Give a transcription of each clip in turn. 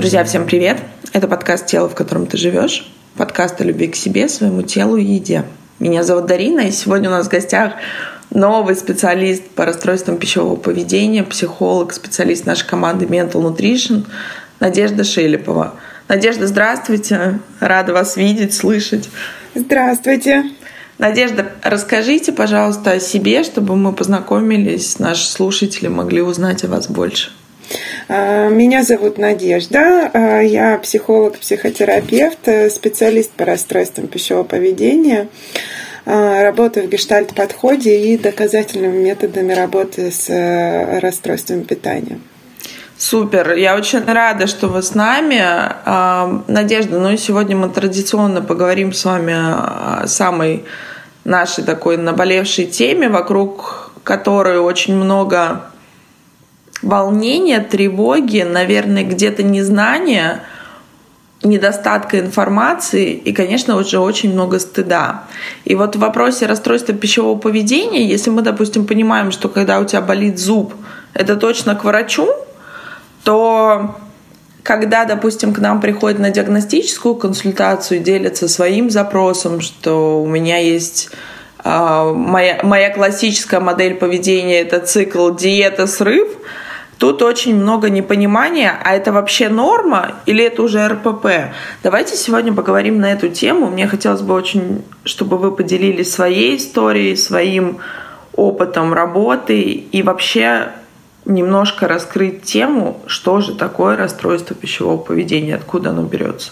Друзья, всем привет! Это подкаст «Тело, в котором ты живешь», подкаст о любви к себе, своему телу и еде. Меня зовут Дарина, и сегодня у нас в гостях новый специалист по расстройствам пищевого поведения, психолог, специалист нашей команды Mental Nutrition Надежда Шелепова. Надежда, здравствуйте! Рада вас видеть, слышать. Здравствуйте! Надежда, расскажите, пожалуйста, о себе, чтобы мы познакомились, наши слушатели могли узнать о вас больше. Меня зовут Надежда, я психолог, психотерапевт, специалист по расстройствам пищевого поведения, работаю в гештальт-подходе и доказательными методами работы с расстройством питания. Супер, я очень рада, что вы с нами. Надежда, сегодня мы традиционно поговорим с вами о самой нашей такой наболевшей теме, вокруг которой очень много волнения, тревоги, наверное, где-то незнания, недостатка информации и, конечно, уже очень много стыда. И вот в вопросе расстройства пищевого поведения, если мы, допустим, понимаем, что когда у тебя болит зуб, это точно к врачу, то когда, допустим, к нам приходят на диагностическую консультацию, делятся своим запросом, что у меня есть моя классическая модель поведения — это цикл диета-срыв, тут очень много непонимания, а это вообще норма или это уже РПП? Давайте сегодня поговорим на эту тему. Мне хотелось бы очень, чтобы вы поделились своей историей, своим опытом работы и вообще немножко раскрыть тему, что же такое расстройство пищевого поведения, откуда оно берется.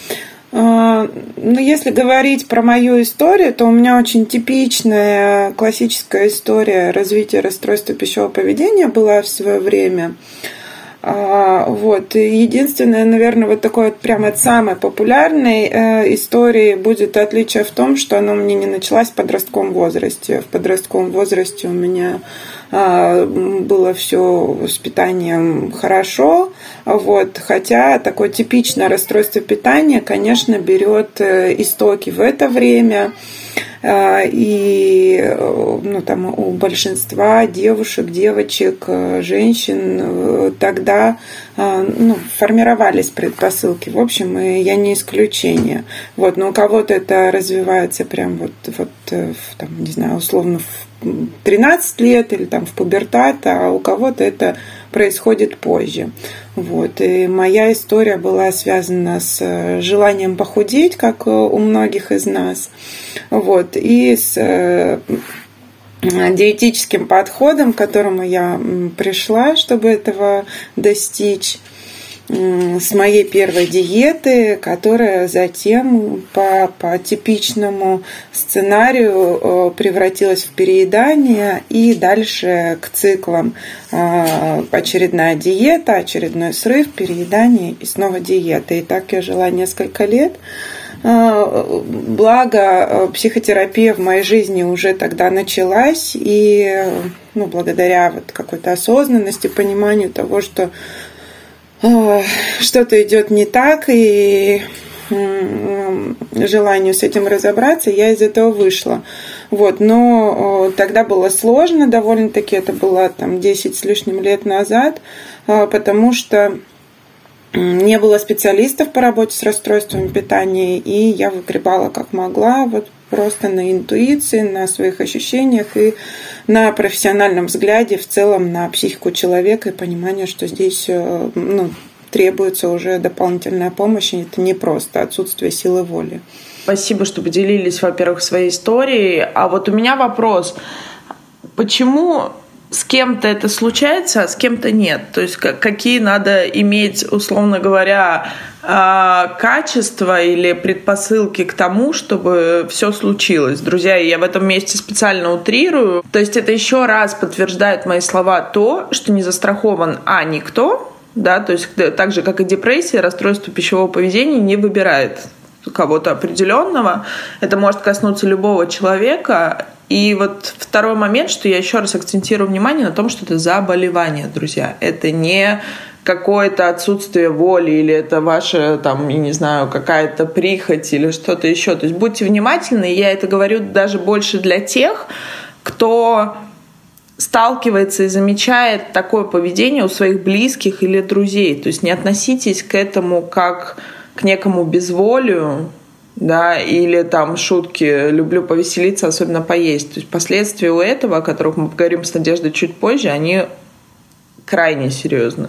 Если говорить про мою историю, то у меня очень типичная классическая история развития расстройства пищевого поведения была в свое время. Единственное, наверное, вот такой вот прямо от самой популярной истории будет отличие в том, что она у меня не началась в подростковом возрасте. В подростковом возрасте у меня было все с питанием хорошо, хотя такое типичное расстройство питания, конечно, берет истоки в это время. И у большинства девушек, девочек, женщин тогда формировались предпосылки. В общем, и я не исключение. Но у кого-то это развивается прям условно в 13 лет или в пубертат, а у кого-то это происходит позже. И моя история была связана с желанием похудеть, как у многих из нас, и с диетическим подходом, к которому я пришла, чтобы этого достичь, с моей первой диеты, которая затем по типичному сценарию превратилась в переедание и дальше к циклам. Очередная диета, очередной срыв, переедание и снова диета. И так я жила несколько лет. Благо, психотерапия в моей жизни уже тогда началась, и благодаря какой-то осознанности, пониманию того, что что-то идет не так, и желанию с этим разобраться, я из этого вышла. Но тогда было сложно довольно-таки, это было 10 с лишним лет назад, потому что не было специалистов по работе с расстройствами питания, и я выгребала как могла, просто на интуиции, на своих ощущениях и на профессиональном взгляде в целом на психику человека и понимание, что здесь требуется уже дополнительная помощь, и это не просто отсутствие силы воли. Спасибо, что поделились, во-первых, своей историей. А у меня вопрос. Почему с кем-то это случается, а с кем-то нет? То есть какие надо иметь, условно говоря, качества или предпосылки к тому, чтобы все случилось? Друзья, я в этом месте специально утрирую. То есть это еще раз подтверждает мои слова то, что не застрахован никто, да, то есть так же, как и депрессия, расстройство пищевого поведения не выбирает кого-то определенного. Это может коснуться любого человека. И второй момент, что я еще раз акцентирую внимание на том, что это заболевание, друзья. Это не какое-то отсутствие воли или это ваша, какая-то прихоть или что-то еще. То есть будьте внимательны. Я это говорю даже больше для тех, кто сталкивается и замечает такое поведение у своих близких или друзей. То есть не относитесь к этому как к некому безволию, да, или там шутки «люблю повеселиться, особенно поесть». То есть последствия у этого, о которых мы поговорим с Надеждой чуть позже, они крайне серьезны.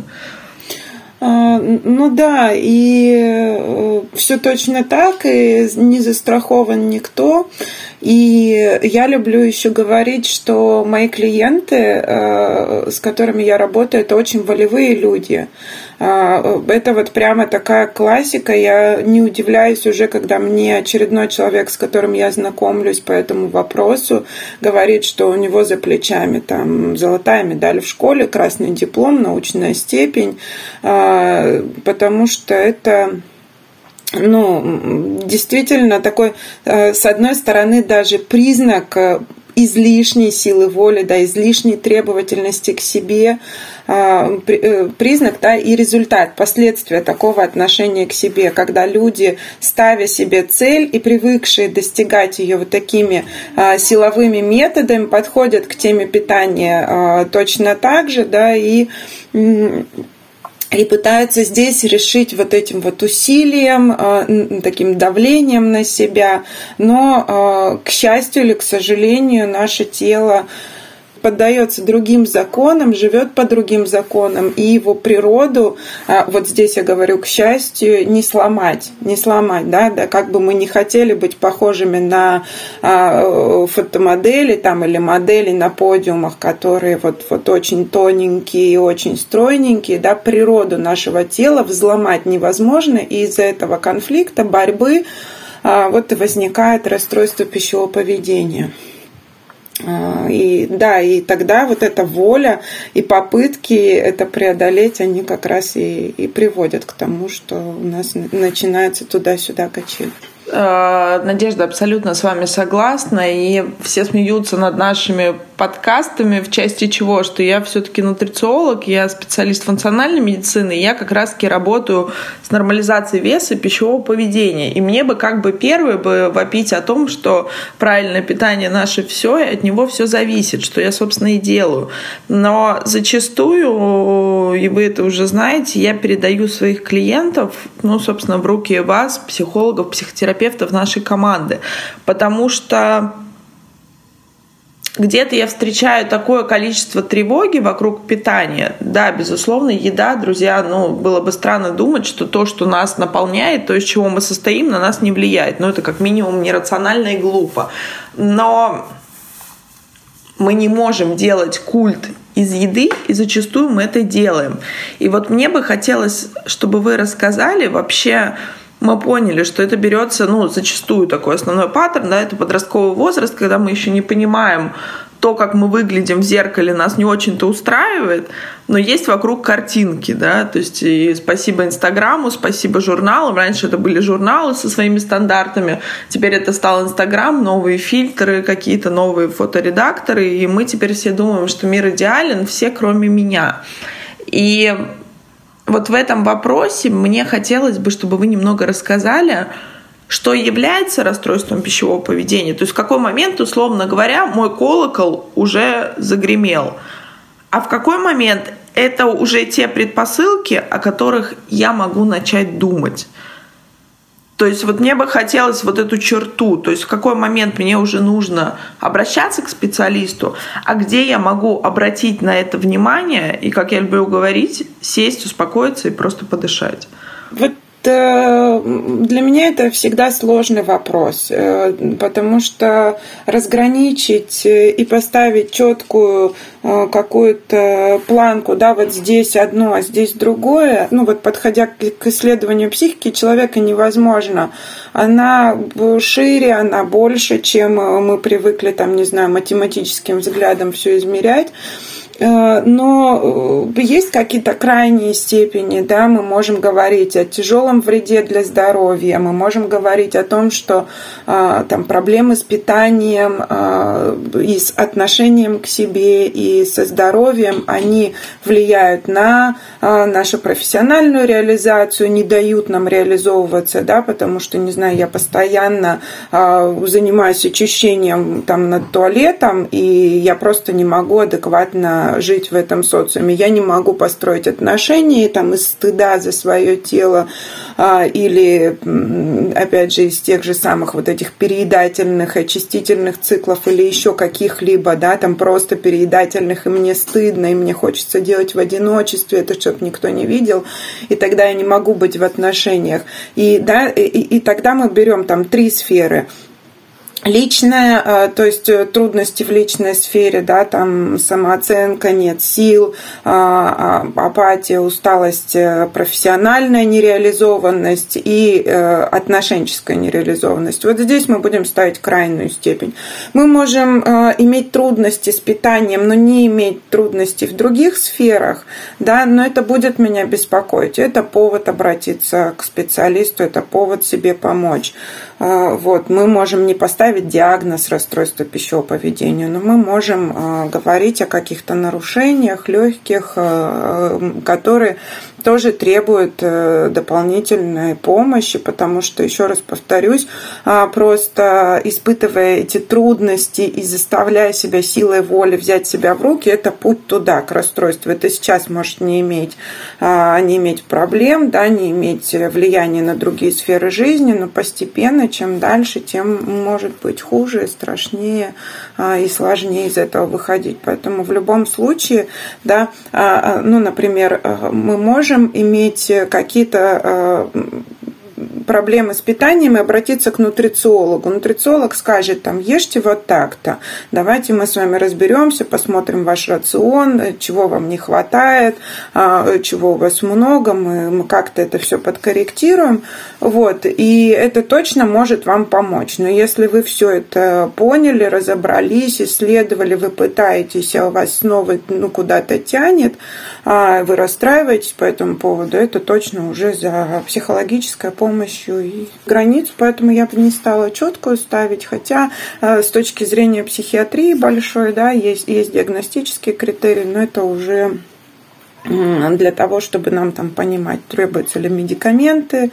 Ну да, и все точно так, и не застрахован никто. И я люблю еще говорить, что мои клиенты, с которыми я работаю, это очень волевые люди. Это вот прямо такая классика. Я не удивляюсь уже, когда мне очередной человек, с которым я знакомлюсь по этому вопросу, говорит, что у него за плечами там золотая медаль в школе, красный диплом, научная степень, потому что это... действительно такой, с одной стороны, даже признак излишней силы воли, да, излишней требовательности к себе, признак, да, и результат, последствия такого отношения к себе, когда люди, ставя себе цель и привыкшие достигать ее вот такими силовыми методами, подходят к теме питания точно так же, да, и пытаются здесь решить вот этим вот усилием, таким давлением на себя. Но, к счастью или к сожалению, наше тело поддается другим законам, живет по другим законам, и его природу, вот здесь я говорю, к счастью, не сломать, да, как бы мы не хотели быть похожими на фотомодели там, или модели на подиумах, которые вот очень тоненькие и очень стройненькие, да, природу нашего тела взломать невозможно, и из-за этого конфликта, борьбы вот и возникает расстройство пищевого поведения. И да, и тогда вот эта воля и попытки это преодолеть, они как раз и приводят к тому, что у нас начинается туда-сюда качель. Надежда, абсолютно с вами согласна, и все смеются над нашими подкастами в части чего, что я все-таки нутрициолог, я специалист функциональной медицины, и я как раз-таки работаю с нормализацией веса и пищевого поведения. И мне бы как бы первое бы вопить о том, что правильное питание наше все, и от него все зависит, что я, собственно, и делаю. Но зачастую, и вы это уже знаете, я передаю своих клиентов, собственно, в руки вас, психологов, психотерапевтов нашей команды, потому что где-то я встречаю такое количество тревоги вокруг питания. Да, безусловно, еда, друзья, было бы странно думать, что то, что нас наполняет, то, из чего мы состоим, на нас не влияет. Это как минимум нерационально и глупо. Но мы не можем делать культ из еды, и зачастую мы это делаем. И вот мне бы хотелось, чтобы вы рассказали вообще. Мы поняли, что это берется, зачастую такой основной паттерн, да, это подростковый возраст, когда мы еще не понимаем то, как мы выглядим в зеркале, нас не очень-то устраивает, но есть вокруг картинки, да, то есть и спасибо Инстаграму, спасибо журналам, раньше это были журналы со своими стандартами, теперь это стал Инстаграм, новые фильтры, какие-то новые фоторедакторы, и мы теперь все думаем, что мир идеален, все кроме меня. И вот в этом вопросе мне хотелось бы, чтобы вы немного рассказали, что является расстройством пищевого поведения. То есть в какой момент, условно говоря, мой колокол уже загремел, а в какой момент это уже те предпосылки, о которых я могу начать думать. То есть вот мне бы хотелось вот эту черту, то есть в какой момент мне уже нужно обращаться к специалисту, а где я могу обратить на это внимание и, как я люблю говорить, сесть, успокоиться и просто подышать. Вот для меня это всегда сложный вопрос, потому что разграничить и поставить четкую какую-то планку, да, вот здесь одно, а здесь другое, подходя к исследованию психики человека, невозможно. Она шире, она больше, чем мы привыкли, математическим взглядом все измерять. Но есть какие-то крайние степени, да, мы можем говорить о тяжелом вреде для здоровья, мы можем говорить о том, что там проблемы с питанием и с отношением к себе и со здоровьем, они влияют на нашу профессиональную реализацию, не дают нам реализовываться, да, потому что, не знаю, я постоянно занимаюсь очищением там над туалетом, и я просто не могу адекватно жить в этом социуме. Я не могу построить отношения там, из стыда за свое тело или, опять же, из тех же самых вот этих переедательных, очистительных циклов или еще каких-либо, да, там просто переедательных, и мне стыдно, и мне хочется делать в одиночестве, это чтобы никто не видел, и тогда я не могу быть в отношениях. И тогда мы берем там 3 сферы. Личное, то есть трудности в личной сфере, да, там самооценка, нет сил, апатия, усталость, профессиональная нереализованность и отношенческая нереализованность. Вот здесь мы будем ставить крайнюю степень. Мы можем иметь трудности с питанием, но не иметь трудностей в других сферах, да, но это будет меня беспокоить. Это повод обратиться к специалисту, это повод себе помочь. Вот, мы можем не поставить диагноз расстройства пищевого поведения, но мы можем говорить о каких-то нарушениях легких, которые тоже требуют дополнительной помощи, потому что, еще раз повторюсь, просто испытывая эти трудности и заставляя себя силой воли взять себя в руки, это путь туда, к расстройству. Это сейчас может не иметь проблем, да, не иметь влияния на другие сферы жизни, но постепенно, чем дальше, тем может быть хуже, страшнее и сложнее из этого выходить. Поэтому в любом случае, да, ну, например, мы можем иметь какие-то проблемы с питанием и обратиться к нутрициологу. Нутрициолог скажет, там, ешьте вот так-то, давайте мы с вами разберемся, посмотрим ваш рацион, чего вам не хватает, чего у вас много, мы как-то это все подкорректируем, вот, и это точно может вам помочь. Но если вы все это поняли, разобрались, исследовали, вы пытаетесь, а у вас снова куда-то тянет, вы расстраиваетесь по этому поводу, это точно уже за психологической помощью и границу, поэтому я бы не стала четкую ставить, хотя с точки зрения психиатрии большой, да, есть диагностические критерии, но это уже для того, чтобы нам там понимать, требуются ли медикаменты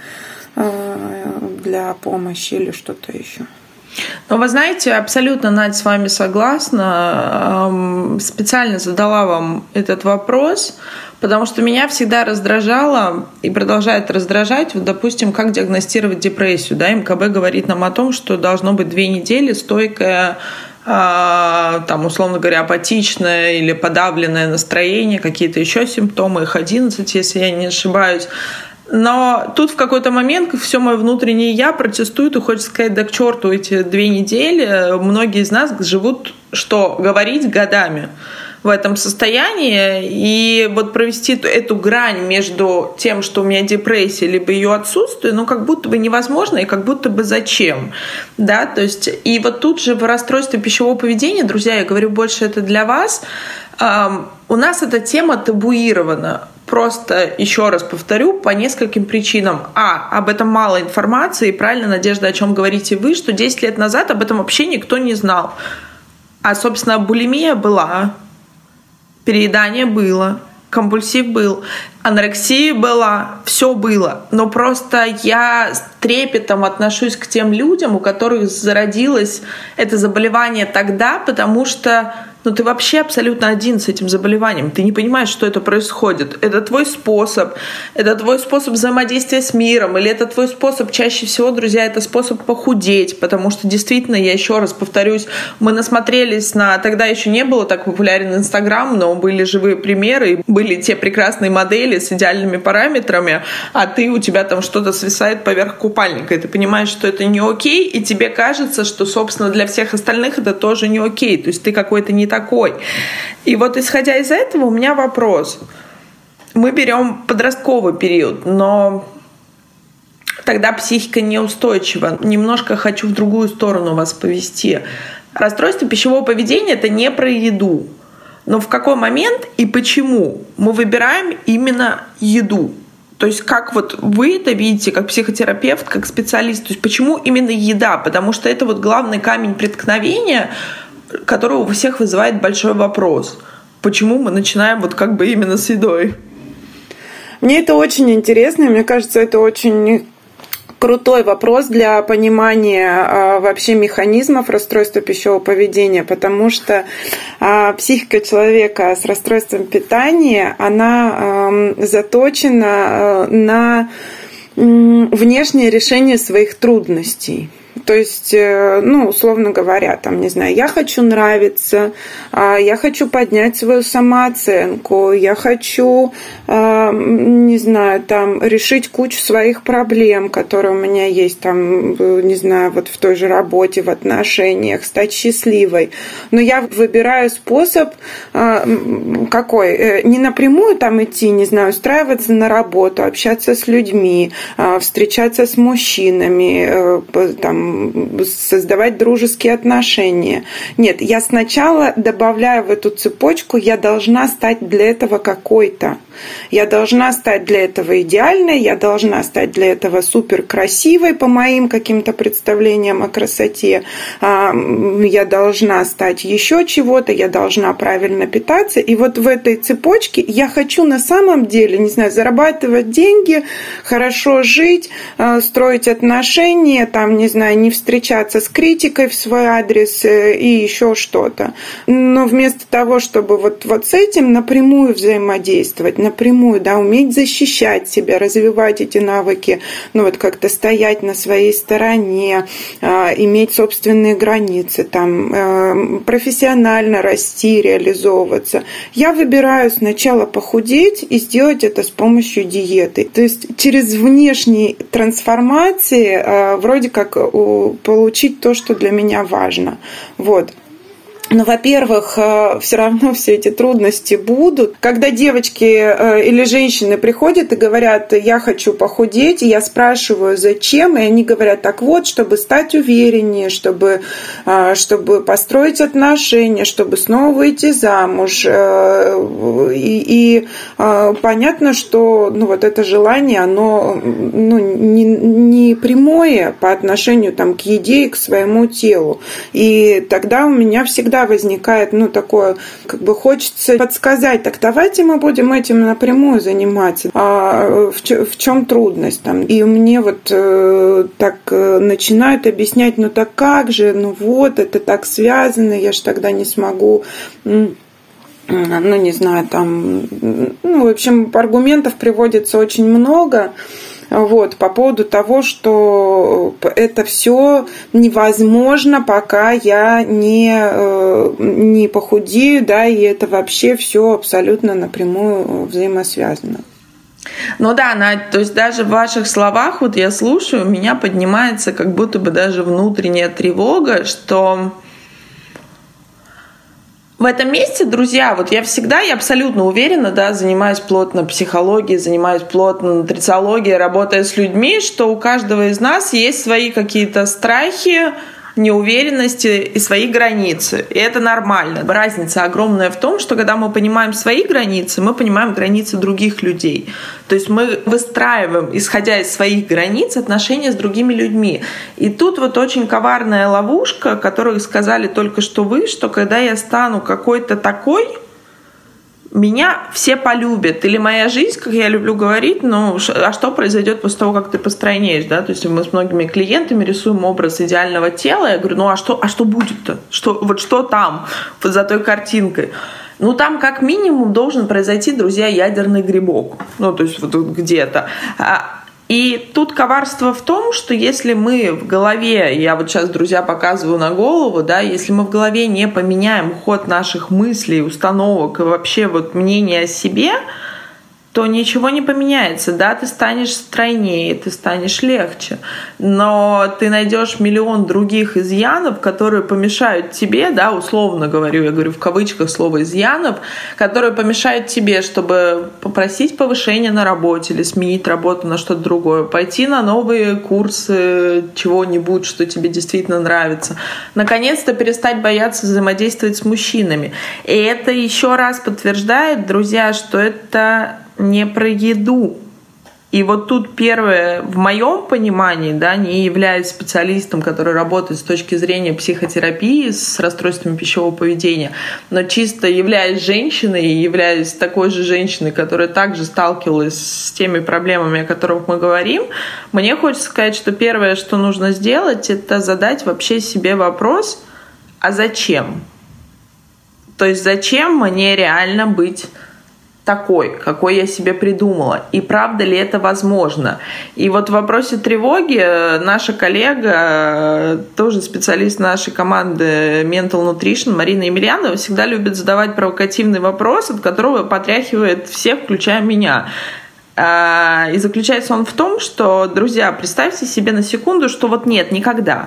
для помощи или что-то еще. Но вы знаете, абсолютно, Надь, с вами согласна. Специально задала вам этот вопрос, потому что меня всегда раздражало и продолжает раздражать, вот, допустим, как диагностировать депрессию. Да? МКБ говорит нам о том, что должно быть 2 недели стойкое, там, условно говоря, апатичное или подавленное настроение, какие-то еще симптомы, их 11, если я не ошибаюсь. Но тут в какой-то момент все мое внутреннее «я» протестует и хочет сказать, да к черту эти 2 недели. Многие из нас живут, что говорить, годами в этом состоянии. И вот провести эту грань между тем, что у меня депрессия, либо ее отсутствие, как будто бы невозможно и как будто бы зачем. Да? То есть, и вот тут же в расстройстве пищевого поведения, друзья, я говорю больше это для вас, у нас эта тема табуирована. Просто, еще раз повторю, по нескольким причинам. Об этом мало информации, и правильно, Надежда, о чем говорите вы, что 10 лет назад об этом вообще никто не знал. Собственно, булимия была, переедание было, компульсив был, анорексия была, все было. Но просто я с трепетом отношусь к тем людям, у которых зародилось это заболевание тогда, потому что ты вообще абсолютно один с этим заболеванием. Ты не понимаешь, что это происходит. Это твой способ взаимодействия с миром, или это твой способ, чаще всего, друзья, это способ похудеть, потому что действительно, я еще раз повторюсь, мы насмотрелись тогда еще не было так популярен Инстаграм, но были живые примеры, были те прекрасные модели с идеальными параметрами, а у тебя там что-то свисает поверх купальника, и ты понимаешь, что это не окей, и тебе кажется, что, собственно, для всех остальных это тоже не окей, то есть ты какой-то не такой. И вот исходя из этого у меня вопрос. Мы берем подростковый период, но тогда психика неустойчива. Немножко хочу в другую сторону вас повести. Расстройство пищевого поведения — это не про еду. но в какой момент и почему мы выбираем именно еду? То есть как вот вы это видите, как психотерапевт, как специалист? То есть почему именно еда? Потому что это вот главный камень преткновения, который у всех вызывает большой вопрос. Почему мы начинаем вот как бы именно с едой? Мне это очень интересно, и мне кажется, это очень крутой вопрос для понимания вообще механизмов расстройства пищевого поведения, потому что психика человека с расстройством питания, она заточена на внешнее решение своих трудностей. То есть, условно говоря, там, не знаю, я хочу нравиться, я хочу поднять свою самооценку, я хочу, не знаю, там, решить кучу своих проблем, которые у меня есть, там, не знаю, вот в той же работе, в отношениях, стать счастливой. Но я выбираю способ какой? Не напрямую там идти, не знаю, устраиваться на работу, общаться с людьми, встречаться с мужчинами, там, создавать дружеские отношения. Нет, я сначала добавляю в эту цепочку, я должна стать для этого какой-то. Я должна стать для этого идеальной, я должна стать для этого супер красивой по моим каким-то представлениям о красоте. Я должна стать еще чего-то, я должна правильно питаться. И вот в этой цепочке я хочу на самом деле, не знаю, зарабатывать деньги, хорошо жить, строить отношения, там, не знаю, не встречаться с критикой в свой адрес и еще что-то. Но вместо того, чтобы вот с этим напрямую взаимодействовать, напрямую, да, уметь защищать себя, развивать эти навыки, вот как-то стоять на своей стороне, иметь собственные границы, там, профессионально расти, реализовываться. Я выбираю сначала похудеть и сделать это с помощью диеты. То есть через внешние трансформации вроде как получить то, что для меня важно. Вот. Но, во-первых, все равно все эти трудности будут. Когда девочки или женщины приходят и говорят, я хочу похудеть, и я спрашиваю, зачем, и они говорят, так вот, чтобы стать увереннее, чтобы построить отношения, чтобы снова выйти замуж. И понятно, что вот это желание, оно не прямое по отношению там, к еде и к своему телу. И тогда у меня всегда возникает, такое, как бы хочется подсказать, так давайте мы будем этим напрямую заниматься. В чем трудность там? И мне вот так начинают объяснять, так как же, это так связано, я же тогда не смогу, не знаю, там, в общем, аргументов приводится очень много. По поводу того, что это все невозможно, пока я не похудею, да, и это вообще все абсолютно напрямую взаимосвязано. Надь, то есть даже в ваших словах, я слушаю, у меня поднимается как будто бы даже внутренняя тревога, что в этом месте, друзья, я абсолютно уверена, да, занимаюсь плотно психологией, занимаюсь плотно нутрициологией, работая с людьми, что у каждого из нас есть свои какие-то страхи, неуверенности и свои границы. И это нормально. Разница огромная в том, что когда мы понимаем свои границы, мы понимаем границы других людей. То есть мы выстраиваем, исходя из своих границ, отношения с другими людьми. И тут очень коварная ловушка, которую сказали только что вы, что когда я стану какой-то такой, меня все полюбят. Или моя жизнь, как я люблю говорить, а что произойдет после того, как ты постройнеешь, да? То есть мы с многими клиентами рисуем образ идеального тела. Я говорю, а что будет-то? Что там за той картинкой? Там как минимум должен произойти, друзья, ядерный грибок. То есть где-то. И тут коварство в том, что если мы в голове, я сейчас, друзья, показываю на голову, да, если мы в голове не поменяем ход наших мыслей, установок и вообще мнения о себе, то ничего не поменяется. Да, ты станешь стройнее, ты станешь легче, но ты найдешь миллион других изъянов, которые помешают тебе, да, условно говорю, я говорю в кавычках слово изъянов, которые помешают тебе, чтобы попросить повышения на работе или сменить работу на что-то другое, пойти на новые курсы чего-нибудь, что тебе действительно нравится. Наконец-то перестать бояться взаимодействовать с мужчинами. И это еще раз подтверждает, друзья, что это не про еду. И вот тут первое, в моем понимании, да, не являюсь специалистом, который работает с точки зрения психотерапии с расстройствами пищевого поведения, но чисто являясь женщиной и являясь такой же женщиной, которая также сталкивалась с теми проблемами, о которых мы говорим, мне хочется сказать, что первое, что нужно сделать, это задать вообще себе вопрос, а зачем? То есть зачем мне реально быть такой, какой я себе придумала, и правда ли это возможно. И вот в вопросе тревоги наша коллега, тоже специалист нашей команды Mental Nutrition, Марина Емельянова, всегда любит задавать провокативный вопрос, от которого потряхивает всех, включая меня. И заключается он в том, что, друзья, представьте себе на секунду, что вот нет, никогда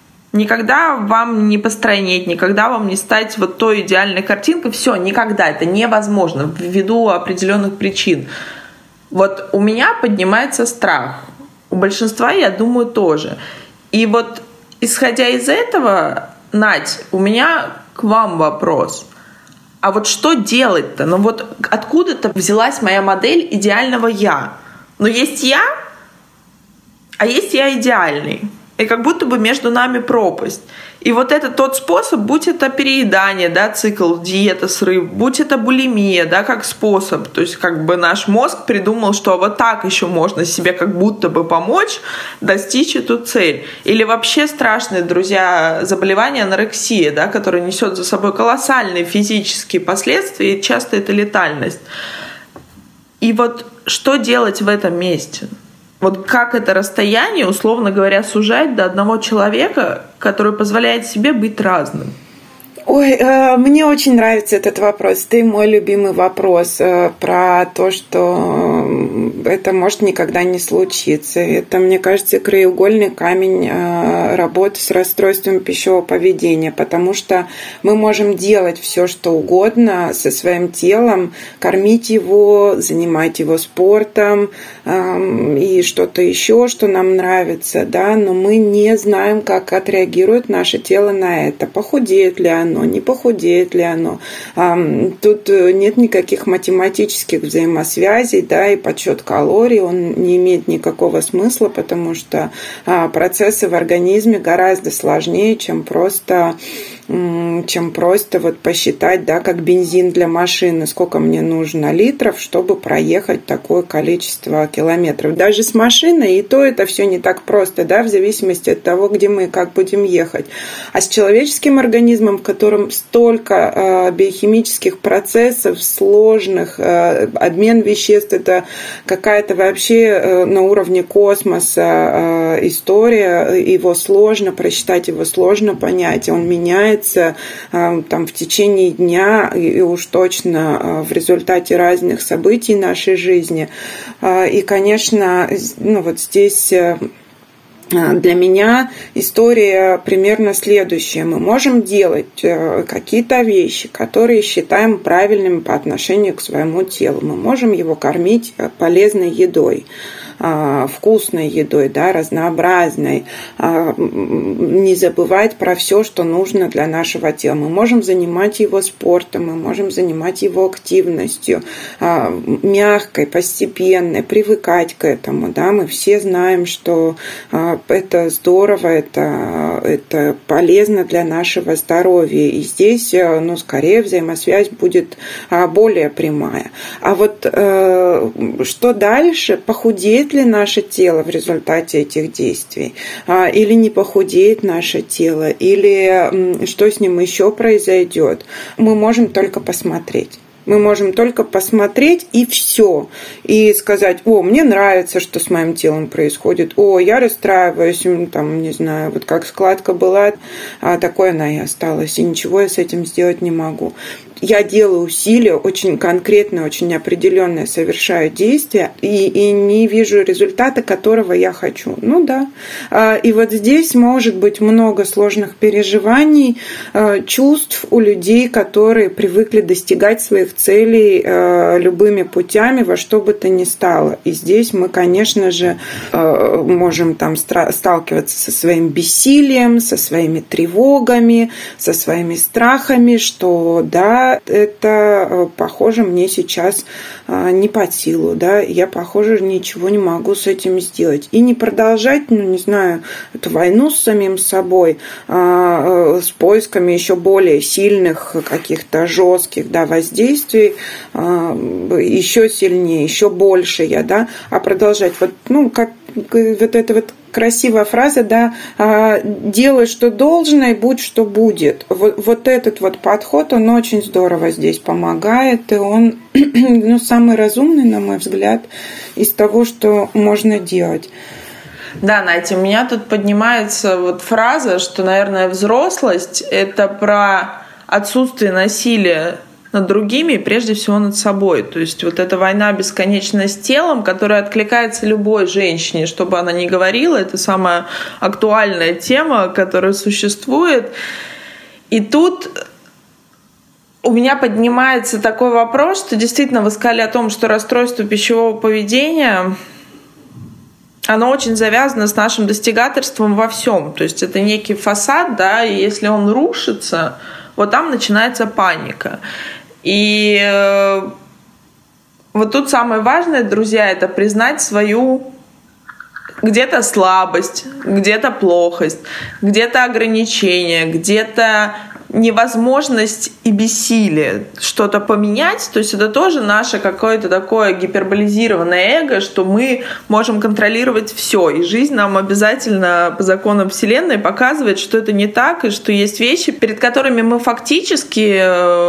вам не постройнеть, никогда вам не стать вот той идеальной картинкой. Все, никогда. Это невозможно ввиду определенных причин. Вот у меня поднимается страх. У большинства, я думаю, тоже. И вот исходя из этого, Надь, у меня к вам вопрос. А вот что делать-то? Ну вот откуда-то взялась моя модель идеального я. Но есть я, а есть я идеальный. И как будто бы между нами пропасть. И вот это тот способ, будь это переедание, да, цикл, диета, срыв, будь это булимия, да, как способ. То есть как бы наш мозг придумал, что вот так еще можно себе как будто бы помочь достичь эту цель. Или вообще страшные, друзья, заболевание анорексия, да, которое несет за собой колоссальные физические последствия, и часто это летальность. И вот что делать в этом месте? Вот как это расстояние, условно говоря, сужать до одного человека, который позволяет себе быть разным? Ой, мне очень нравится этот вопрос. Ты мой любимый вопрос про то, что это может никогда не случиться. Это, мне кажется, краеугольный камень работы с расстройством пищевого поведения, потому что мы можем делать все, что угодно со своим телом, кормить его, занимать его спортом и что-то еще, что нам нравится, да, но мы не знаем, как отреагирует наше тело на это, похудеет ли оно, не похудеет ли оно. Тут нет никаких математических взаимосвязей, да, и подсчет калорий, он не имеет никакого смысла, потому что процессы в организме гораздо сложнее, чем просто вот посчитать, да, как бензин для машины, сколько мне нужно литров, чтобы проехать такое количество километров. Даже с машиной и то это все не так просто, да, в зависимости от того, где мы и как будем ехать. А с человеческим организмом, в котором столько биохимических процессов сложных, обмен веществ, это какая-то вообще на уровне космоса история, его сложно просчитать, его сложно понять, он меняется там в течение дня и уж точно в результате разных событий нашей жизни. И, конечно, ну вот здесь для меня история примерно следующая. Мы можем делать какие-то вещи, которые считаем правильными по отношению к своему телу. Мы можем его кормить полезной едой, вкусной едой, да, разнообразной, не забывать про все, что нужно для нашего тела. Мы можем занимать его спортом, мы можем занимать его активностью, мягкой, постепенной, привыкать к этому. Да. Мы все знаем, что это здорово, это полезно для нашего здоровья. И здесь, ну, скорее взаимосвязь будет более прямая. А вот что дальше? Похудеет ли наше тело в результате этих действий? Или не похудеет наше тело? Или что с ним еще произойдет? Мы можем только посмотреть. Мы можем только посмотреть и все. И сказать: о, мне нравится, что с моим телом происходит. О, я расстраиваюсь, там, не знаю, вот как складка была, такой она и осталась. И ничего я с этим сделать не могу. я делаю усилия, очень конкретное, очень определенное совершаю действие, и не вижу результата, которого я хочу. Ну да. И вот здесь может быть много сложных переживаний, чувств у людей, которые привыкли достигать своих целей любыми путями, во что бы то ни стало. И здесь мы, конечно же, можем там сталкиваться со своим бессилием, со своими тревогами, со своими страхами, что да, это, похоже, мне сейчас не под силу, да, я, похоже, ничего не могу с этим сделать. И не продолжать, не знаю, эту войну с самим собой, с поисками еще более сильных, каких-то жестких, да, воздействий, еще сильнее, еще больше я, да, а продолжать. Вот, как вот эта вот красивая фраза, да, делай, что должно, и будь, что будет. Вот этот вот подход, он очень здорово здесь помогает, и он самый разумный, на мой взгляд, из того, что можно делать. Да, Надя, у меня тут поднимается вот фраза, что, наверное, взрослость – это про отсутствие насилия над другими и прежде всего над собой. То есть вот эта война бесконечная с телом, которая откликается любой женщине, что бы она ни говорила, это самая актуальная тема, которая существует. И тут у меня поднимается такой вопрос, что действительно вы сказали о том, что расстройство пищевого поведения, оно очень завязано с нашим достигаторством во всем. То есть это некий фасад, да, и если он рушится, вот там начинается паника. И вот тут самое важное, друзья, это признать свою где-то слабость, где-то плохость, где-то ограничение, где-то невозможность и бессилие что-то поменять. То есть это тоже наше какое-то такое гиперболизированное эго, что мы можем контролировать все. И жизнь нам обязательно по законам Вселенной показывает, что это не так, и что есть вещи, перед которыми мы фактически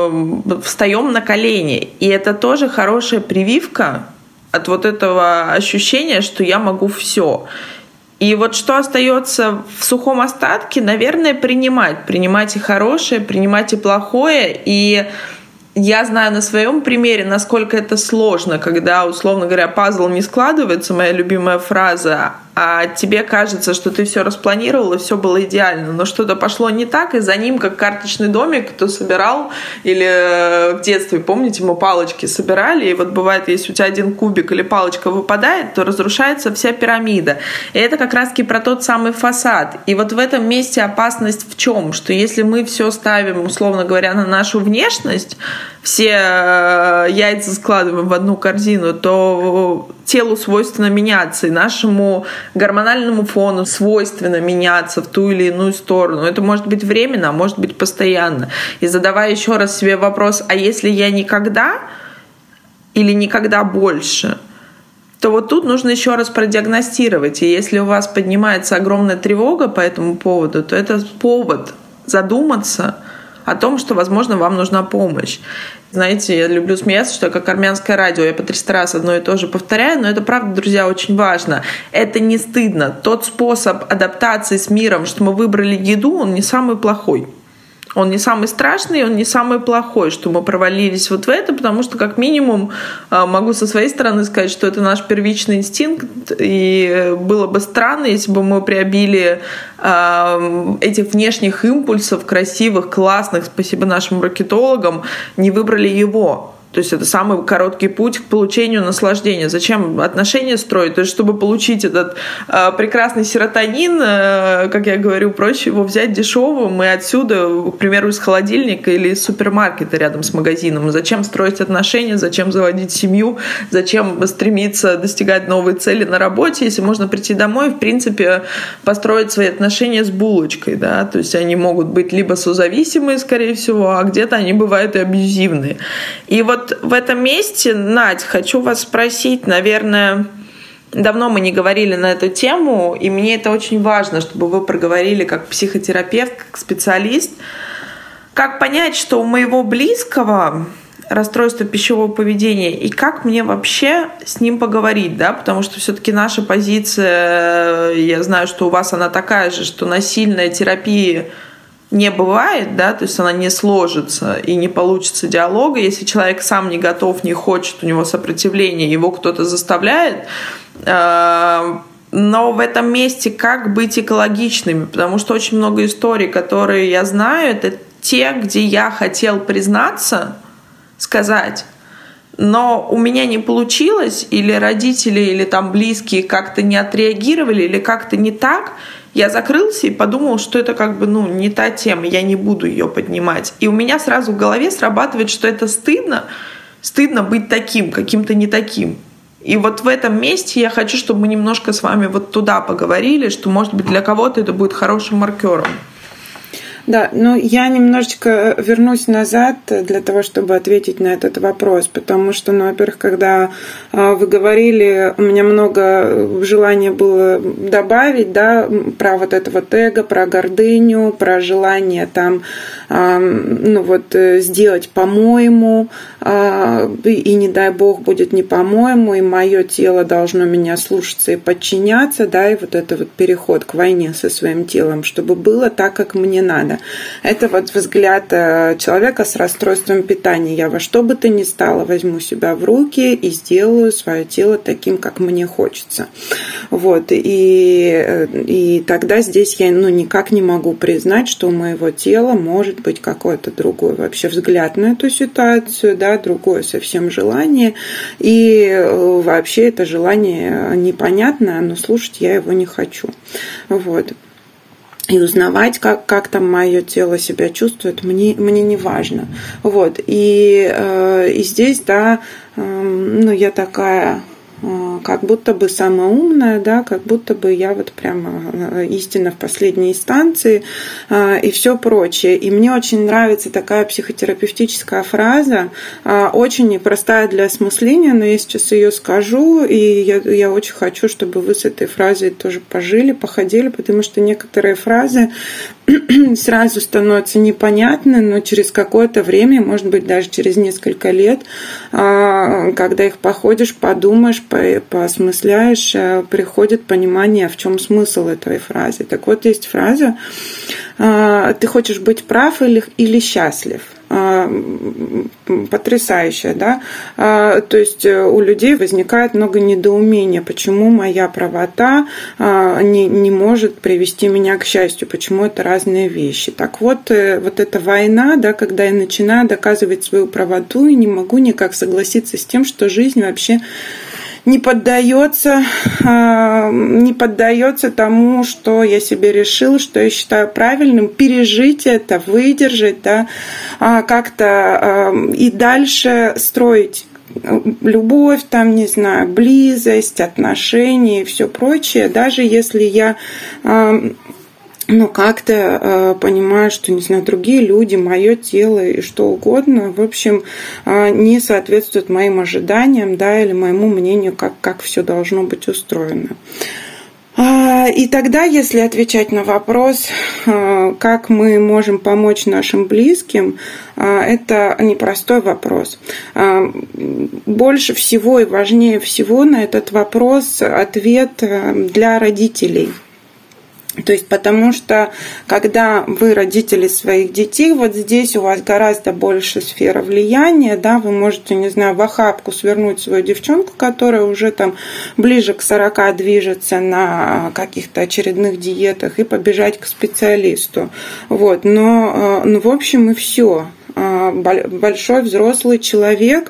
встаем на колени. И это тоже хорошая прививка от вот этого ощущения, что я могу все. И вот что остается в сухом остатке, наверное, принимать и хорошее, принимать и плохое. И я знаю на своем примере, насколько это сложно, когда, условно говоря, пазл не складывается, моя любимая фраза, а тебе кажется, что ты все распланировал и все было идеально, но что-то пошло не так, и за ним, как карточный домик, кто собирал, или в детстве, помните, мы палочки собирали, и вот бывает, если у тебя один кубик или палочка выпадает, то разрушается вся пирамида. И это как раз-таки про тот самый фасад. И вот в этом месте опасность в чем? Что если мы все ставим, условно говоря, на нашу внешность, все яйца складываем в одну корзину, то телу свойственно меняться, и нашему гормональному фону свойственно меняться в ту или иную сторону. Это может быть временно, а может быть постоянно. И задавая еще раз себе вопрос, а если я никогда или никогда больше, то вот тут нужно еще раз продиагностировать. И если у вас поднимается огромная тревога по этому поводу, то это повод задуматься о том, что, возможно, вам нужна помощь. Знаете, я люблю смеяться, что я как армянское радио, я по 300 раз одно и то же повторяю, но это, правда, друзья, очень важно. Это не стыдно. Тот способ адаптации с миром, что мы выбрали еду, он не самый плохой. Он не самый страшный, он не самый плохой, что мы провалились вот в это, потому что, как минимум, могу со своей стороны сказать, что это наш первичный инстинкт, и было бы странно, если бы мы при обилии этих внешних импульсов, красивых, классных, спасибо нашим маркетологам, не выбрали его. То есть это самый короткий путь к получению наслаждения. Зачем отношения строить? То есть чтобы получить этот прекрасный серотонин, как я говорю, проще его взять дешевым и отсюда, к примеру, из холодильника или из супермаркета рядом с магазином. Зачем строить отношения? Зачем заводить семью? Зачем стремиться достигать новые цели на работе, если можно прийти домой и, в принципе, построить свои отношения с булочкой, да? То есть они могут быть либо созависимые, скорее всего, а где-то они бывают и абьюзивные. И вот в этом месте, Надь, хочу вас спросить, наверное, давно мы не говорили на эту тему, и мне это очень важно, чтобы вы проговорили как психотерапевт, как специалист, как понять, что у моего близкого расстройство пищевого поведения, и как мне вообще с ним поговорить, да, потому что все-таки наша позиция, я знаю, что у вас она такая же, что насильная терапия не бывает, да, то есть она не сложится и не получится диалога. Если человек сам не готов, не хочет, у него сопротивление, его кто-то заставляет. Но в этом месте как быть экологичными? Потому что очень много историй, которые я знаю, это те, где я хотел признаться, сказать, но у меня не получилось, или родители, или там близкие как-то не отреагировали, или как-то не так. Я закрылся и подумал, что это как бы, не та тема, я не буду ее поднимать. И у меня сразу в голове срабатывает, что это стыдно быть таким, каким-то не таким. И вот в этом месте я хочу, чтобы мы немножко с вами вот туда поговорили, что, может быть, для кого-то это будет хорошим маркером. Да, я немножечко вернусь назад для того, чтобы ответить на этот вопрос, потому что, во-первых, когда вы говорили, у меня много желания было добавить, да, про вот это вот эго, про гордыню, про желание там, сделать по-моему, и не дай бог будет не по-моему, и мое тело должно меня слушаться и подчиняться, да, и вот это вот переход к войне со своим телом, чтобы было так, как мне надо. Это вот взгляд человека с расстройством питания. Я во что бы то ни стало возьму себя в руки и сделаю свое тело таким, как мне хочется. Вот. И тогда здесь я никак не могу признать, что у моего тела может быть какой-то другой вообще взгляд на эту ситуацию, да, другое совсем желание. И вообще это желание непонятное, но слушать я его не хочу. Вот. И узнавать, как там мое тело себя чувствует, мне не важно. Вот. И здесь, да, я такая как будто бы самая умная, да, как будто бы я вот прямо истина в последней инстанции и все прочее. И мне очень нравится такая психотерапевтическая фраза, очень непростая для осмысления, но я сейчас ее скажу, и я очень хочу, чтобы вы с этой фразой тоже пожили, походили, потому что некоторые фразы сразу становятся непонятны, но через какое-то время, может быть, даже через несколько лет, когда их походишь, подумаешь, поосмысляешь, приходит понимание, в чем смысл этой фразы. Так вот, есть фраза: «Ты хочешь быть прав или счастлив?» Потрясающая, да? То есть у людей возникает много недоумения, почему моя правота не может привести меня к счастью, почему это разные вещи. Так вот эта война, да, когда я начинаю доказывать свою правоту и не могу никак согласиться с тем, что жизнь вообще не поддается тому, что я себе решил, что я считаю правильным, пережить это, выдержать, да, как-то и дальше строить любовь, там, не знаю, близость, отношения и все прочее, даже если я как-то понимаю, что, не знаю, другие люди, мое тело и что угодно, в общем, не соответствуют моим ожиданиям, да, или моему мнению, как все должно быть устроено. И тогда, если отвечать на вопрос, как мы можем помочь нашим близким, это непростой вопрос. Больше всего и важнее всего на этот вопрос ответ для родителей. То есть, потому что, когда вы родители своих детей, вот здесь у вас гораздо больше сфера влияния, да, вы можете, не знаю, в охапку свернуть свою девчонку, которая уже там ближе к 40 движется на каких-то очередных диетах, и побежать к специалисту. Вот. Но в общем, и все. Большой взрослый человек,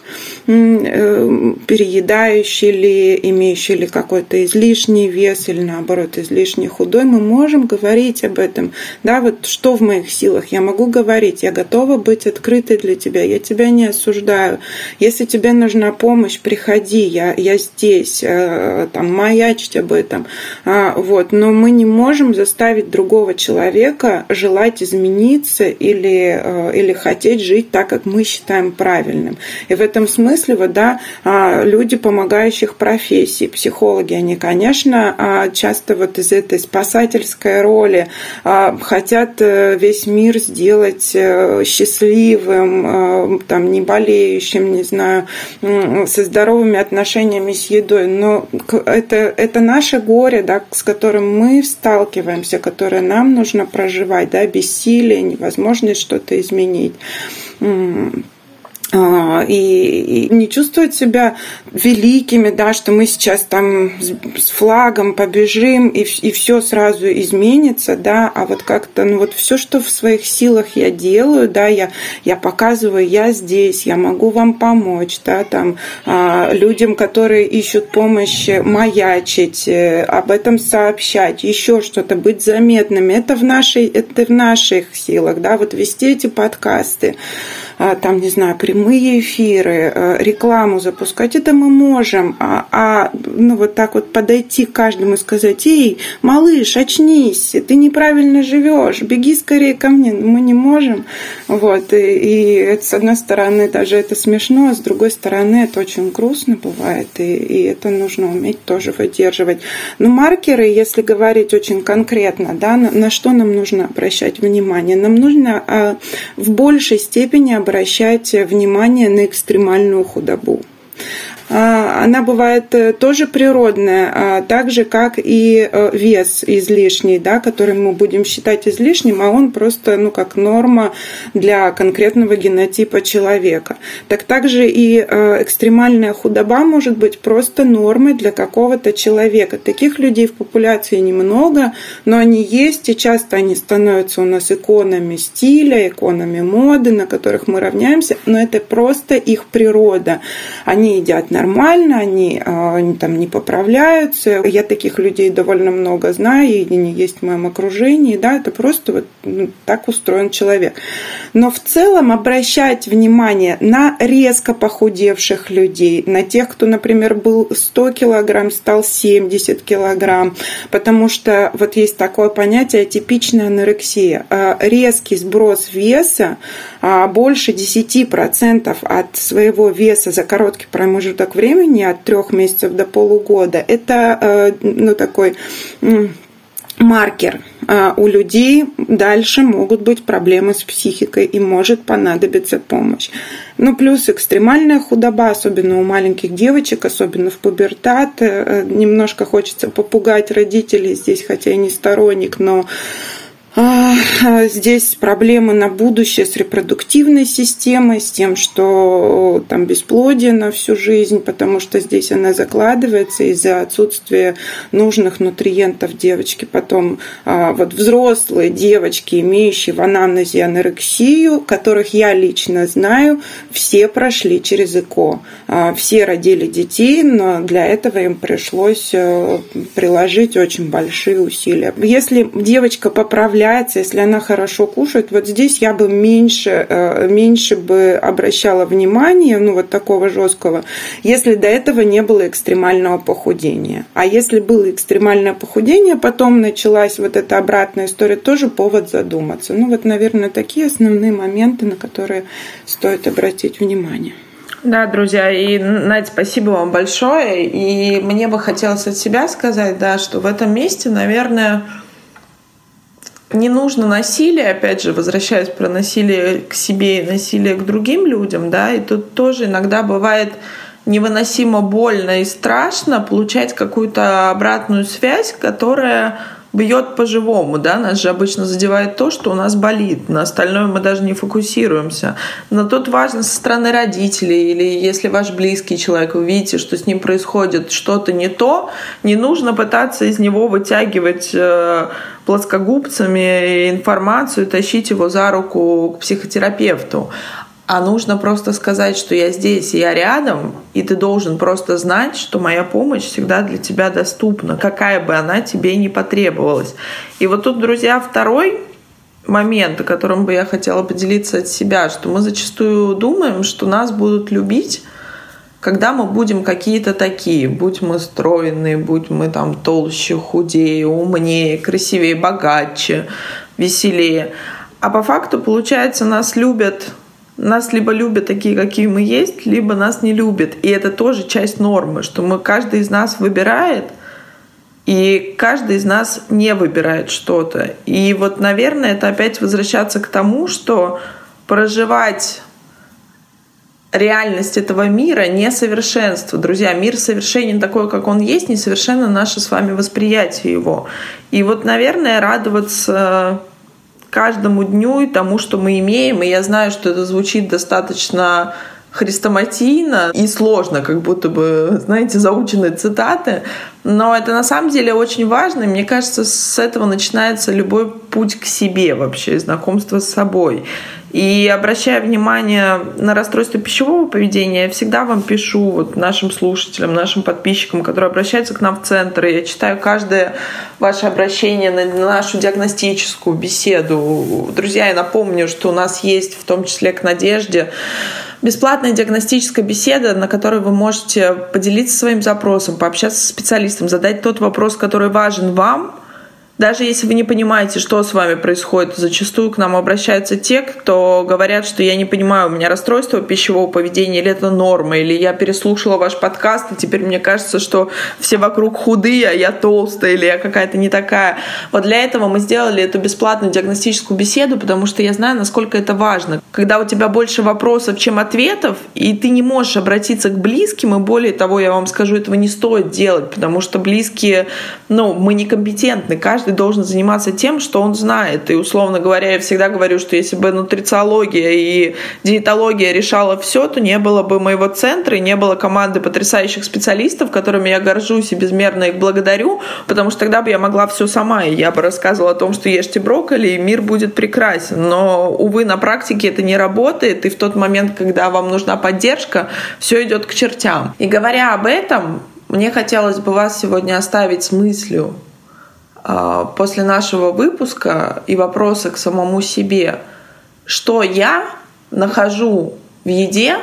переедающий ли, имеющий ли какой-то излишний вес или, наоборот, излишне худой, мы можем говорить об этом. Да, вот что в моих силах? Я могу говорить, я готова быть открытой для тебя, я тебя не осуждаю. Если тебе нужна помощь, приходи, я здесь, там, маячить об этом. Вот. Но мы не можем заставить другого человека желать измениться или хотеть жить жить так, как мы считаем правильным. И в этом смысле люди помогающих профессий, психологи, они, конечно, часто из этой спасательской роли хотят весь мир сделать счастливым, не болеющим, не знаю, со здоровыми отношениями с едой. Но это наше горе, с которым мы сталкиваемся, которое нам нужно проживать, бессилие, невозможность что-то изменить. И не чувствовать себя великими, что мы сейчас с флагом побежим и все сразу изменится, а как-то все, что в своих силах я делаю, я показываю, я здесь, я могу вам помочь, людям, которые ищут помощи, маячить, об этом сообщать, еще что-то, быть заметными, это в наших силах, вести эти подкасты, не знаю, прямые эфиры, рекламу запускать, это мы можем. Подойти к каждому и сказать: эй, малыш, очнись, ты неправильно живешь, беги скорее ко мне. Мы не можем. И это, с одной стороны, даже это смешно, а с другой стороны, это очень грустно бывает, и это нужно уметь тоже выдерживать. Но маркеры, если говорить очень конкретно, на что нам нужно обращать внимание? Нам нужно в большей степени обращать внимание на экстремальную худобу. Она бывает тоже природная, так же, как и вес излишний, который мы будем считать излишним, а он просто как норма для конкретного генотипа человека. Также и экстремальная худоба может быть просто нормой для какого-то человека. Таких людей в популяции немного, но они есть, и часто они становятся у нас иконами стиля, иконами моды, на которых мы равняемся, но это просто их природа. Они едят нормально, они не поправляются. Я таких людей довольно много знаю, и они есть в моем окружении. Это просто так устроен человек. Но в целом обращать внимание на резко похудевших людей, на тех, кто, например, был 100 килограмм, стал 70 килограмм, потому что есть такое понятие атипичная анорексия. Резкий сброс веса, больше 10% от своего веса за короткий промежуток времени, от 3 месяцев до полугода, это такой маркер. У людей дальше могут быть проблемы с психикой и может понадобиться помощь. Плюс экстремальная худоба, особенно у маленьких девочек, особенно в пубертат. Немножко хочется попугать родителей здесь, хотя я не сторонник, но здесь проблемы на будущее с репродуктивной системой, с тем, что бесплодие на всю жизнь, потому что здесь она закладывается из-за отсутствия нужных нутриентов девочки. Потом взрослые девочки, имеющие в анамнезе анорексию, которых я лично знаю, все прошли через ЭКО. Все родили детей, но для этого им пришлось приложить очень большие усилия. Если девочка поправляется, если она хорошо кушает, здесь я бы меньше бы обращала внимание, такого жесткого, если до этого не было экстремального похудения. А если было экстремальное похудение, потом началась эта обратная история, тоже повод задуматься. Наверное, такие основные моменты, на которые стоит обратить внимание. Да, друзья, и, Надь, спасибо вам большое. И мне бы хотелось от себя сказать, что в этом месте, наверное, не нужно насилие, опять же, возвращаясь про насилие к себе и насилие к другим людям, и тут тоже иногда бывает невыносимо больно и страшно получать какую-то обратную связь, которая бьет по-живому, нас же обычно задевает то, что у нас болит, на остальное мы даже не фокусируемся. Но тут важно со стороны родителей, или если ваш близкий человек, вы видите, что с ним происходит что-то не то, не нужно пытаться из него вытягивать плоскогубцами информацию, тащить его за руку к психотерапевту. А нужно просто сказать, что я здесь, и я рядом, и ты должен просто знать, что моя помощь всегда для тебя доступна, какая бы она тебе ни потребовалась. И тут, друзья, второй момент, о котором бы я хотела поделиться от себя, что мы зачастую думаем, что нас будут любить, когда мы будем какие-то такие, будь мы стройные, будь мы толще, худее, умнее, красивее, богаче, веселее. А по факту, получается, нас любят Нас либо любят такие, какие мы есть, либо нас не любят. И это тоже часть нормы, что каждый из нас выбирает, и каждый из нас не выбирает что-то. И вот, наверное, это опять возвращаться к тому, что проживать реальность этого мира — несовершенство. Друзья, мир совершенен такой, как он есть, несовершенно наше с вами восприятие его. И вот, наверное, радоваться каждому дню и тому, что мы имеем. И я знаю, что это звучит достаточно хрестоматийно и сложно, как будто бы, знаете, заученные цитаты. Но это на самом деле очень важно. И мне кажется, с этого начинается любой путь к себе вообще, знакомство с собой. И обращая внимание на расстройство пищевого поведения, я всегда вам пишу, вот нашим слушателям, нашим подписчикам, которые обращаются к нам в центр. Я читаю каждое ваше обращение на нашу диагностическую беседу. Друзья, я напомню, что у нас есть, в том числе к Надежде, бесплатная диагностическая беседа, на которой вы можете поделиться своим запросом, пообщаться со специалистом, задать тот вопрос, который важен вам. Даже если вы не понимаете, что с вами происходит, зачастую к нам обращаются те, кто говорят, что я не понимаю, у меня расстройство пищевого поведения, или это норма, или я переслушала ваш подкаст, и теперь мне кажется, что все вокруг худые, а я толстая, или я какая-то не такая. Вот для этого мы сделали эту бесплатную диагностическую беседу, потому что я знаю, насколько это важно. Когда у тебя больше вопросов, чем ответов, и ты не можешь обратиться к близким, и более того, я вам скажу, этого не стоит делать, потому что близкие, мы некомпетентны, каждый должен заниматься тем, что он знает. И, условно говоря, я всегда говорю, что если бы нутрициология и диетология решала все, то не было бы моего центра и не было команды потрясающих специалистов, которыми я горжусь и безмерно их благодарю, потому что тогда бы я могла все сама, и я бы рассказывала о том, что ешьте брокколи, и мир будет прекрасен. Но, увы, на практике это не работает, и в тот момент, когда вам нужна поддержка, все идет к чертям. И говоря об этом, мне хотелось бы вас сегодня оставить с мыслью, после нашего выпуска и вопроса к самому себе, что я нахожу в еде,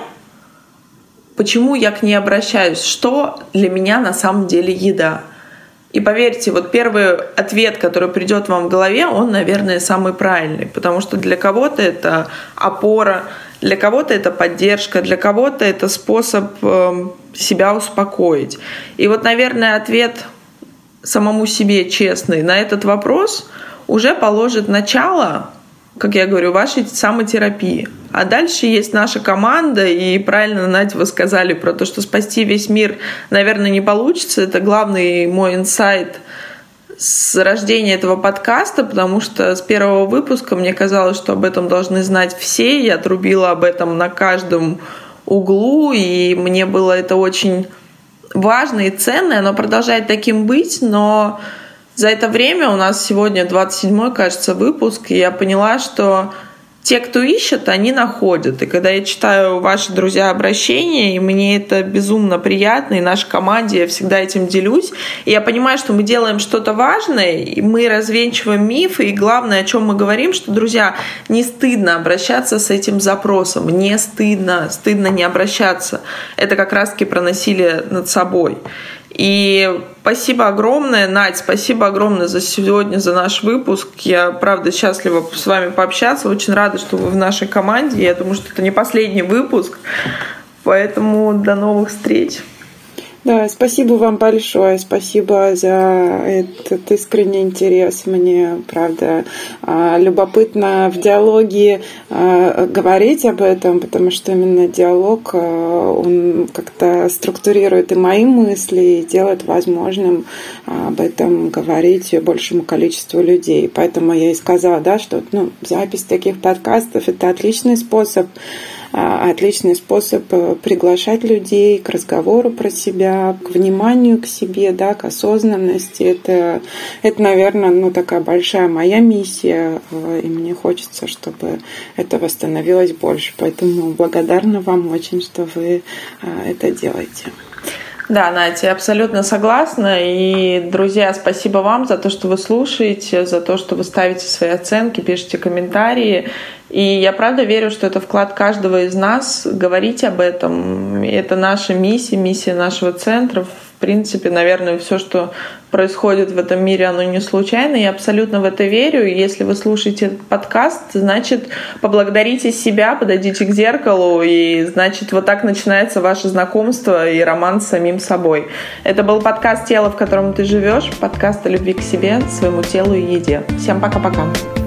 почему я к ней обращаюсь, что для меня на самом деле еда. И поверьте, вот первый ответ, который придет вам в голове, он, наверное, самый правильный, потому что для кого-то это опора, для кого-то это поддержка, для кого-то это способ себя успокоить. И вот, наверное, ответ самому себе честный на этот вопрос уже положит начало, как я говорю, вашей самотерапии. А дальше есть наша команда, и правильно, Надя, вы сказали про то, что спасти весь мир, наверное, не получится. Это главный мой инсайт с рождения этого подкаста, потому что с первого выпуска мне казалось, что об этом должны знать все. Я трубила об этом на каждом углу, и мне было это очень важно и ценно, оно продолжает таким быть, но за это время у нас сегодня 27-й, кажется, выпуск, и я поняла, что те, кто ищет, они находят. И когда я читаю ваши, друзья, обращения, и мне это безумно приятно, и нашей команде я всегда этим делюсь, и я понимаю, что мы делаем что-то важное, и мы развенчиваем мифы, и главное, о чем мы говорим, что, друзья, не стыдно обращаться с этим запросом, не стыдно не обращаться. Это как раз-таки про насилие над собой. И спасибо огромное, Надь, спасибо огромное за сегодня, за наш выпуск. Я, правда, счастлива с вами пообщаться. Очень рада, что вы в нашей команде. Я думаю, что это не последний выпуск. Поэтому до новых встреч. Да, спасибо вам большое, спасибо за этот искренний интерес. Мне, правда, любопытно в диалоге говорить об этом, потому что именно диалог, он как-то структурирует и мои мысли, и делает возможным об этом говорить большему количеству людей. Поэтому я и сказала, да, что запись таких подкастов — это отличный способ приглашать людей к разговору про себя, к вниманию к себе, да, к осознанности. Это, наверное, такая большая моя миссия, и мне хочется, чтобы этого становилось больше. Поэтому благодарна вам очень, что вы это делаете. Да, Надя, я абсолютно согласна. И, друзья, спасибо вам за то, что вы слушаете, за то, что вы ставите свои оценки, пишете комментарии. И я правда верю, что это вклад каждого из нас говорить об этом. И это наша миссия нашего центра. В принципе, наверное, все, что происходит в этом мире, оно не случайно. Я абсолютно в это верю. И если вы слушаете этот подкаст, значит, поблагодарите себя, подойдите к зеркалу, и, значит, вот так начинается ваше знакомство и роман с самим собой. Это был подкаст «Тело, в котором ты живешь», подкаст о любви к себе, своему телу и еде. Всем пока-пока.